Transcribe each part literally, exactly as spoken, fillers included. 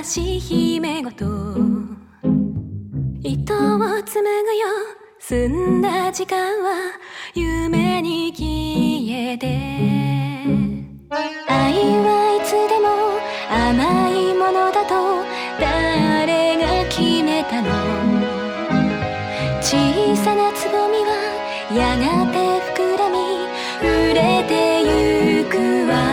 しい姫ごと糸を紡ぐよ澄んだ時間は夢に消えて愛はいつでも甘いものだと誰が決めたの小さなつぼみはやがて膨らみ売れてゆくわ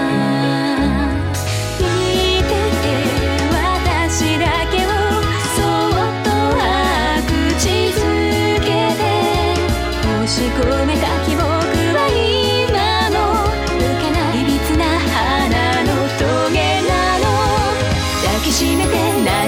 見てて私だけをそっと口づけて押し込めた記憶は今も抜けないいびつな花の棘なの抱きしめて